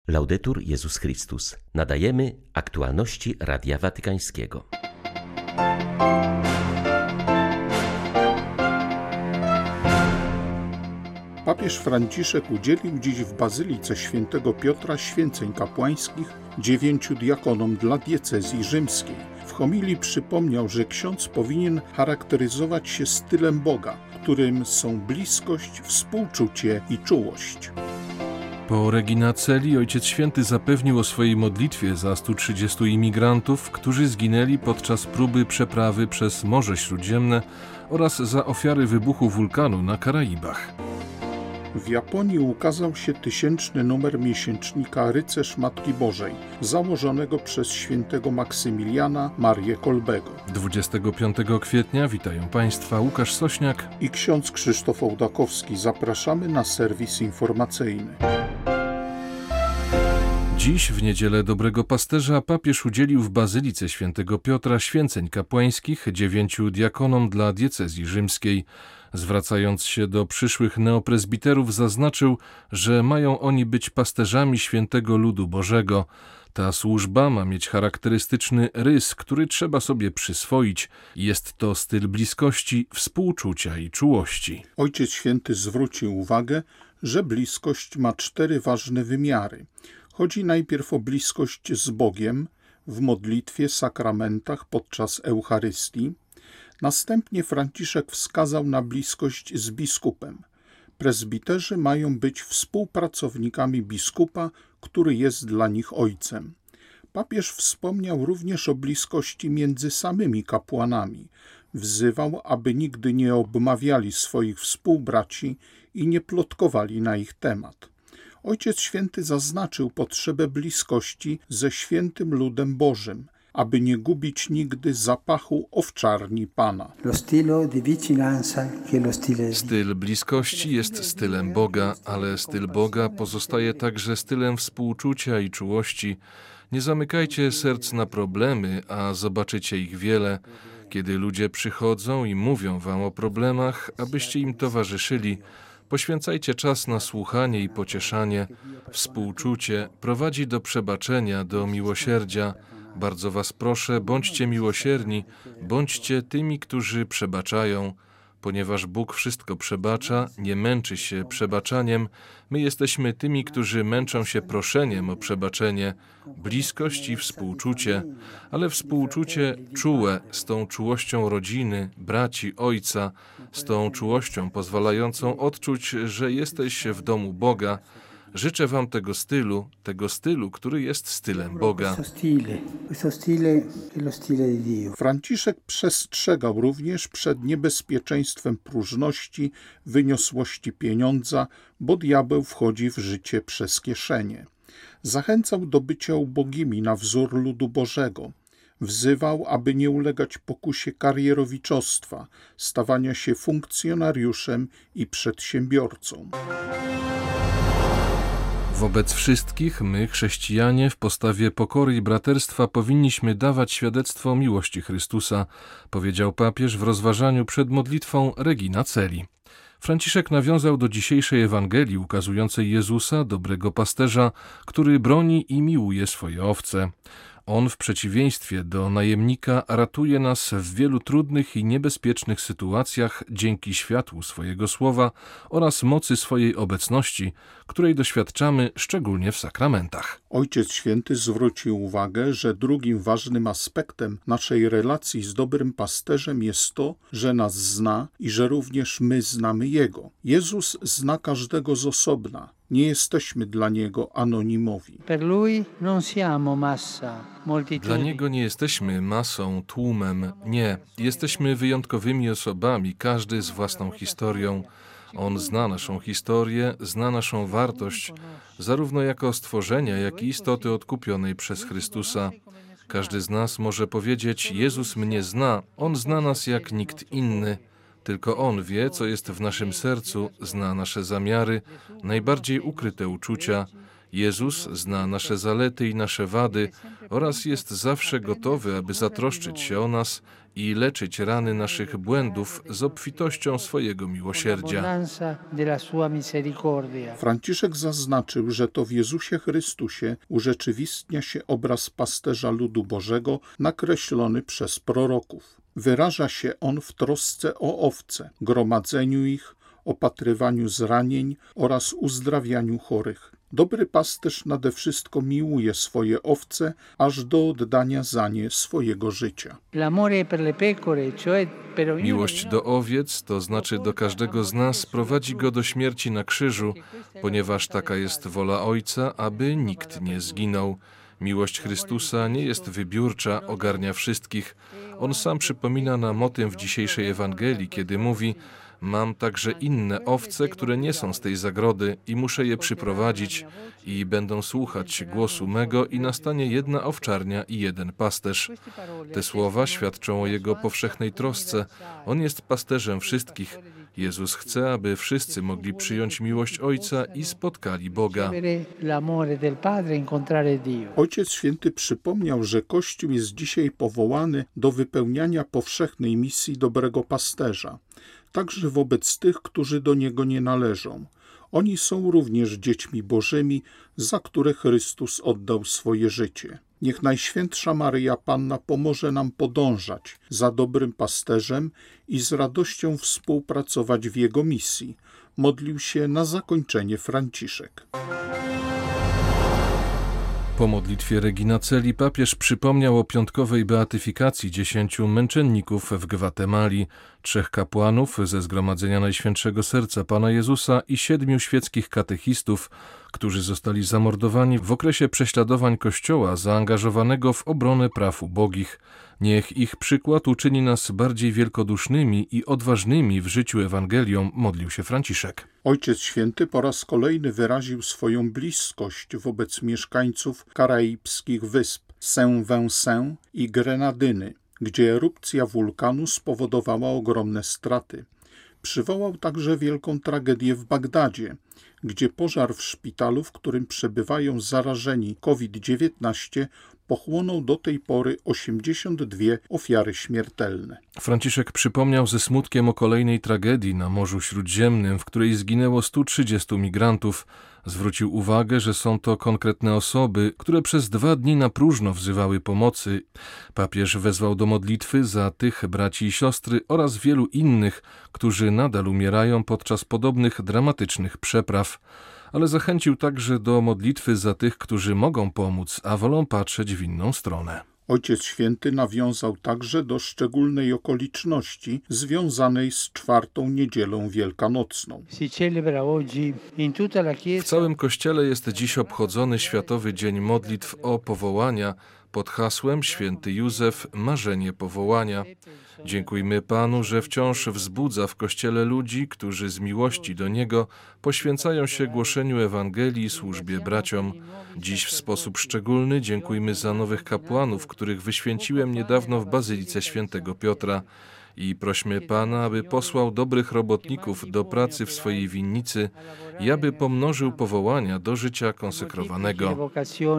Laudetur Jezus Chrystus. Nadajemy aktualności Radia Watykańskiego. Papież Franciszek udzielił dziś w Bazylice Świętego Piotra święceń kapłańskich 9 diakonom dla diecezji rzymskiej. W homilii przypomniał, że ksiądz powinien charakteryzować się stylem Boga, którym są bliskość, współczucie i czułość. Po Regina Coeli Ojciec Święty zapewnił o swojej modlitwie za 130 imigrantów, którzy zginęli podczas próby przeprawy przez Morze Śródziemne oraz za ofiary wybuchu wulkanu na Karaibach. W Japonii ukazał się 1000 numer miesięcznika Rycerz Matki Bożej, założonego przez świętego Maksymiliana Marię Kolbego. 25 kwietnia witają Państwa Łukasz Sośniak I ksiądz Krzysztof Ołdakowski. Zapraszamy na serwis informacyjny. Dziś, w niedzielę Dobrego Pasterza, papież udzielił w Bazylice Świętego Piotra święceń kapłańskich 9 diakonom dla diecezji rzymskiej. Zwracając się do przyszłych neoprezbiterów, zaznaczył, że mają oni być pasterzami świętego ludu Bożego. Ta służba ma mieć charakterystyczny rys, który trzeba sobie przyswoić. Jest to styl bliskości, współczucia i czułości. Ojciec Święty zwrócił uwagę, że bliskość ma 4 ważne wymiary. Chodzi najpierw o bliskość z Bogiem w modlitwie, sakramentach, podczas Eucharystii. Następnie Franciszek wskazał na bliskość z biskupem. Prezbiterzy mają być współpracownikami biskupa, który jest dla nich ojcem. Papież wspomniał również o bliskości między samymi kapłanami. Wzywał, aby nigdy nie obmawiali swoich współbraci i nie plotkowali na ich temat. Ojciec Święty zaznaczył potrzebę bliskości ze świętym ludem Bożym, aby nie gubić nigdy zapachu owczarni Pana. Styl bliskości jest stylem Boga, ale styl Boga pozostaje także stylem współczucia i czułości. Nie zamykajcie serc na problemy, a zobaczycie ich wiele. Kiedy ludzie przychodzą i mówią wam o problemach, abyście im towarzyszyli, poświęcajcie czas na słuchanie i pocieszanie. Współczucie prowadzi do przebaczenia, do miłosierdzia. Bardzo was proszę, bądźcie miłosierni, bądźcie tymi, którzy przebaczają. Ponieważ Bóg wszystko przebacza, nie męczy się przebaczaniem, my jesteśmy tymi, którzy męczą się proszeniem o przebaczenie, bliskość i współczucie, ale współczucie czułe, z tą czułością rodziny, braci, ojca, z tą czułością pozwalającą odczuć, że jesteś w domu Boga. Życzę wam tego stylu, który jest stylem Boga. Franciszek przestrzegał również przed niebezpieczeństwem próżności, wyniosłości pieniądza, bo diabeł wchodzi w życie przez kieszenie. Zachęcał do bycia ubogimi na wzór ludu Bożego. Wzywał, aby nie ulegać pokusie karierowiczostwa, stawania się funkcjonariuszem i przedsiębiorcą. Wobec wszystkich my, chrześcijanie, w postawie pokory i braterstwa powinniśmy dawać świadectwo miłości Chrystusa, powiedział papież w rozważaniu przed modlitwą Regina Coeli. Franciszek nawiązał do dzisiejszej Ewangelii ukazującej Jezusa, dobrego pasterza, który broni i miłuje swoje owce. On w przeciwieństwie do najemnika ratuje nas w wielu trudnych i niebezpiecznych sytuacjach dzięki światłu swojego słowa oraz mocy swojej obecności, której doświadczamy szczególnie w sakramentach. Ojciec Święty zwrócił uwagę, że drugim ważnym aspektem naszej relacji z dobrym pasterzem jest to, że nas zna i że również my znamy Jego. Jezus zna każdego z osobna. Nie jesteśmy dla Niego anonimowi. Dla Niego nie jesteśmy masą, tłumem. Nie. Jesteśmy wyjątkowymi osobami, każdy z własną historią. On zna naszą historię, zna naszą wartość, zarówno jako stworzenia, jak i istoty odkupionej przez Chrystusa. Każdy z nas może powiedzieć: Jezus mnie zna, On zna nas jak nikt inny. Tylko On wie, co jest w naszym sercu, zna nasze zamiary, najbardziej ukryte uczucia Jezus zna nasze zalety i nasze wady oraz jest zawsze gotowy, aby zatroszczyć się o nas i leczyć rany naszych błędów z obfitością swojego miłosierdzia. Franciszek zaznaczył, że to w Jezusie Chrystusie urzeczywistnia się obraz pasterza ludu Bożego nakreślony przez proroków. Wyraża się on w trosce o owce, gromadzeniu ich, opatrywaniu zranień oraz uzdrawianiu chorych. Dobry pasterz nade wszystko miłuje swoje owce, aż do oddania za nie swojego życia. Miłość do owiec, to znaczy do każdego z nas, prowadzi go do śmierci na krzyżu, ponieważ taka jest wola Ojca, aby nikt nie zginął. Miłość Chrystusa nie jest wybiórcza, ogarnia wszystkich. On sam przypomina nam o tym w dzisiejszej Ewangelii, kiedy mówi: mam także inne owce, które nie są z tej zagrody i muszę je przyprowadzić i będą słuchać głosu mego i nastanie jedna owczarnia i jeden pasterz. Te słowa świadczą o Jego powszechnej trosce. On jest pasterzem wszystkich. Jezus chce, aby wszyscy mogli przyjąć miłość Ojca i spotkali Boga. Ojciec Święty przypomniał, że Kościół jest dzisiaj powołany do wypełniania powszechnej misji dobrego pasterza, także wobec tych, którzy do Niego nie należą. Oni są również dziećmi Bożymi, za które Chrystus oddał swoje życie. Niech Najświętsza Maryja Panna pomoże nam podążać za dobrym pasterzem i z radością współpracować w Jego misji. Modlił się na zakończenie Franciszek. Po modlitwie Regina Coeli papież przypomniał o piątkowej beatyfikacji 10 męczenników w Gwatemali, 3 kapłanów ze Zgromadzenia Najświętszego Serca Pana Jezusa i 7 świeckich katechistów, którzy zostali zamordowani w okresie prześladowań Kościoła zaangażowanego w obronę praw ubogich. Niech ich przykład uczyni nas bardziej wielkodusznymi i odważnymi w życiu Ewangelią, modlił się Franciszek. Ojciec Święty po raz kolejny wyraził swoją bliskość wobec mieszkańców karaibskich wysp Saint-Vincent i Grenadyny, gdzie erupcja wulkanu spowodowała ogromne straty. Przywołał także wielką tragedię w Bagdadzie, gdzie pożar w szpitalu, w którym przebywają zarażeni COVID-19, pochłonął do tej pory 82 ofiary śmiertelne. Franciszek przypomniał ze smutkiem o kolejnej tragedii na Morzu Śródziemnym, w której zginęło 130 migrantów. Zwrócił uwagę, że są to konkretne osoby, które przez 2 dni na próżno wzywały pomocy. Papież wezwał do modlitwy za tych braci i siostry oraz wielu innych, którzy nadal umierają podczas podobnych dramatycznych przepraw. Ale zachęcił także do modlitwy za tych, którzy mogą pomóc, a wolą patrzeć w inną stronę. Ojciec Święty nawiązał także do szczególnej okoliczności związanej z 4. niedzielą wielkanocną. W całym Kościele jest dziś obchodzony Światowy Dzień Modlitw o Powołania pod hasłem Święty Józef – Marzenie Powołania. Dziękujmy Panu, że wciąż wzbudza w Kościele ludzi, którzy z miłości do Niego poświęcają się głoszeniu Ewangelii i służbie braciom. Dziś w sposób szczególny dziękujmy za nowych kapłanów, których wyświęciłem niedawno w Bazylice Świętego Piotra. I prośmy Pana, aby posłał dobrych robotników do pracy w swojej winnicy i aby pomnożył powołania do życia konsekrowanego.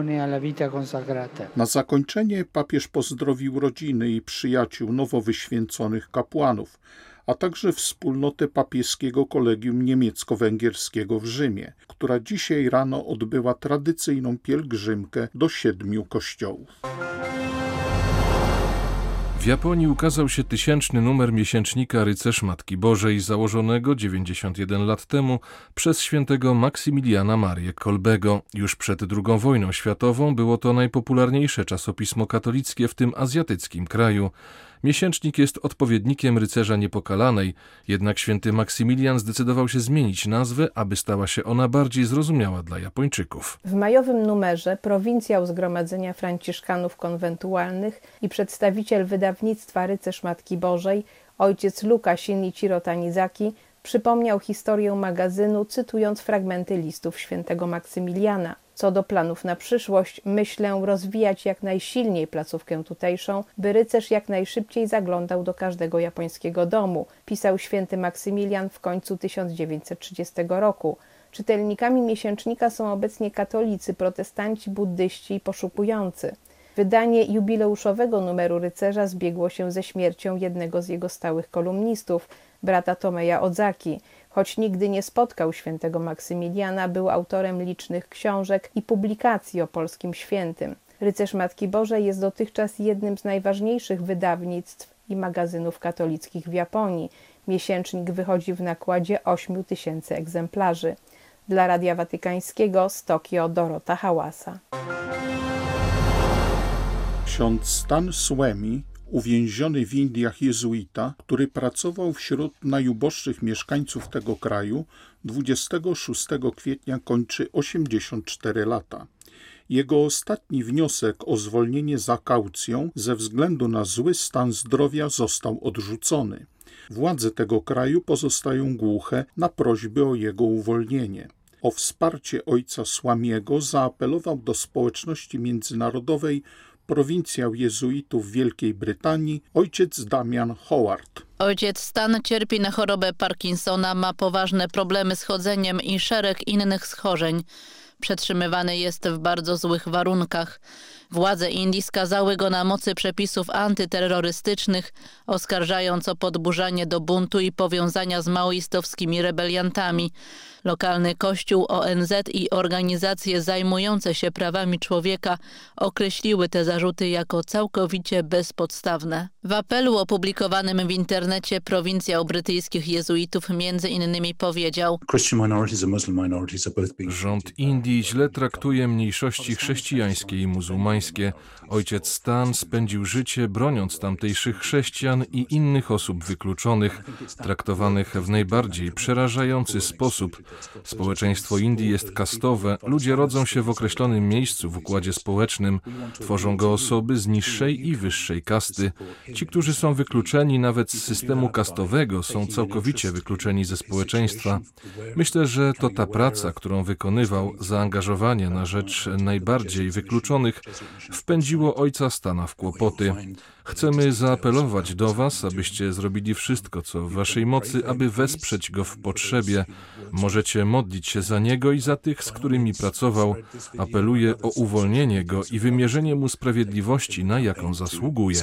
Na zakończenie papież pozdrowił rodziny i przyjaciół nowo wyświęconych kapłanów, a także wspólnotę papieskiego kolegium niemiecko-węgierskiego w Rzymie, która dzisiaj rano odbyła tradycyjną pielgrzymkę do 7 kościołów. W Japonii ukazał się 1000 numer miesięcznika Rycerz Matki Bożej, założonego 91 lat temu przez świętego Maksymiliana Marię Kolbego. Już przed II wojną światową było to najpopularniejsze czasopismo katolickie w tym azjatyckim kraju. Miesięcznik jest odpowiednikiem Rycerza Niepokalanej, jednak święty Maksymilian zdecydował się zmienić nazwę, aby stała się ona bardziej zrozumiała dla Japończyków. W majowym numerze prowincjał Zgromadzenia Franciszkanów Konwentualnych i przedstawiciel wydawnictwa Rycerz Matki Bożej, ojciec Luka Shinichiro Tanizaki, przypomniał historię magazynu, cytując fragmenty listów świętego Maksymiliana. Co do planów na przyszłość, myślę rozwijać jak najsilniej placówkę tutejszą, by rycerz jak najszybciej zaglądał do każdego japońskiego domu, pisał święty Maksymilian w końcu 1930 roku. Czytelnikami miesięcznika są obecnie katolicy, protestanci, buddyści i poszukujący. Wydanie jubileuszowego numeru Rycerza zbiegło się ze śmiercią jednego z jego stałych kolumnistów, brata Tomeja Odzaki. Choć nigdy nie spotkał świętego Maksymiliana, był autorem licznych książek i publikacji o polskim świętym. Rycerz Matki Bożej jest dotychczas jednym z najważniejszych wydawnictw i magazynów katolickich w Japonii. Miesięcznik wychodzi w nakładzie 8 000 egzemplarzy. Dla Radia Watykańskiego z Tokio Dorota Hałasa. Ksiądz Stan Suemi, uwięziony w Indiach jezuita, który pracował wśród najuboższych mieszkańców tego kraju, 26 kwietnia kończy 84 lata. Jego ostatni wniosek o zwolnienie za kaucją ze względu na zły stan zdrowia został odrzucony. Władze tego kraju pozostają głuche na prośby o jego uwolnienie. O wsparcie ojca Suamiego zaapelował do społeczności międzynarodowej prowincjał jezuitów w Wielkiej Brytanii ojciec Damian Howard. Ojciec Stan cierpi na chorobę Parkinsona, ma poważne problemy z chodzeniem i szereg innych schorzeń. Przetrzymywany jest w bardzo złych warunkach. Władze Indii skazały go na mocy przepisów antyterrorystycznych, oskarżając o podburzanie do buntu i powiązania z maoistowskimi rebeliantami. Lokalny kościół, ONZ i organizacje zajmujące się prawami człowieka określiły te zarzuty jako całkowicie bezpodstawne. W apelu opublikowanym w internecie prowincjał brytyjskich jezuitów między innymi powiedział: Rząd Indii źle traktuje mniejszości chrześcijańskie i muzułmańskie. Ojciec Stan spędził życie broniąc tamtejszych chrześcijan i innych osób wykluczonych, traktowanych w najbardziej przerażający sposób. Społeczeństwo Indii jest kastowe, ludzie rodzą się w określonym miejscu w układzie społecznym, tworzą go osoby z niższej i wyższej kasty. Ci, którzy są wykluczeni nawet z systemu kastowego, są całkowicie wykluczeni ze społeczeństwa. Myślę, że to ta praca, którą wykonywał, zaangażowanie na rzecz najbardziej wykluczonych, wpędziło ojca Stana w kłopoty. Chcemy zaapelować do Was, abyście zrobili wszystko, co w Waszej mocy, aby wesprzeć go w potrzebie. Możecie modlić się za niego i za tych, z którymi pracował. Apeluję o uwolnienie go i wymierzenie mu sprawiedliwości, na jaką zasługuje.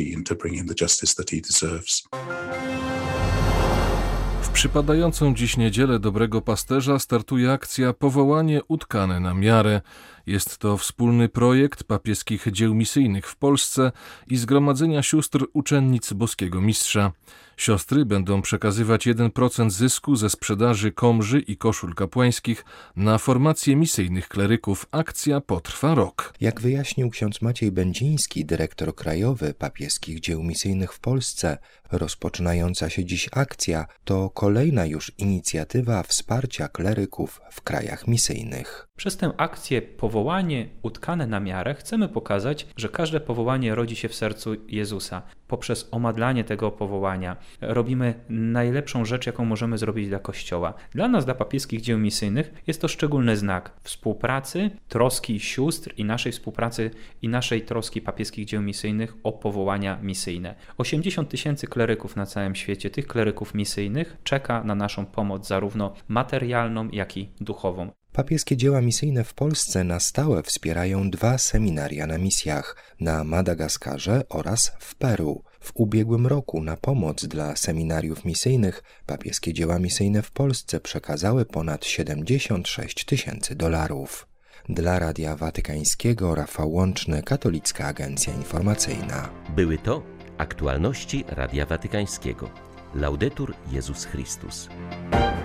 W przypadającą dziś niedzielę Dobrego Pasterza startuje akcja Powołanie utkane na miarę. Jest to wspólny projekt papieskich dzieł misyjnych w Polsce i Zgromadzenia Sióstr Uczennic Boskiego Mistrza. Siostry będą przekazywać 1% zysku ze sprzedaży komży i koszul kapłańskich na formację misyjnych kleryków. Akcja potrwa rok. Jak wyjaśnił ksiądz Maciej Będziński, dyrektor krajowy papieskich dzieł misyjnych w Polsce, rozpoczynająca się dziś akcja to kolejna już inicjatywa wsparcia kleryków w krajach misyjnych. Przez tę akcję Powołanie utkane na miarę chcemy pokazać, że każde powołanie rodzi się w sercu Jezusa. Poprzez omadlanie tego powołania robimy najlepszą rzecz, jaką możemy zrobić dla Kościoła. Dla nas, dla papieskich dzieł misyjnych, jest to szczególny znak współpracy, troski sióstr i naszej współpracy i naszej troski papieskich dzieł misyjnych o powołania misyjne. 80 000 kleryków na całym świecie, tych kleryków misyjnych, czeka na naszą pomoc zarówno materialną, jak i duchową. Papieskie dzieła misyjne w Polsce na stałe wspierają 2 seminaria na misjach na Madagaskarze oraz w Peru. W ubiegłym roku na pomoc dla seminariów misyjnych papieskie dzieła misyjne w Polsce przekazały ponad $76 000. Dla Radia Watykańskiego Rafał Łączny, Katolicka Agencja Informacyjna. Były to aktualności Radia Watykańskiego. Laudetur Jezus Chrystus.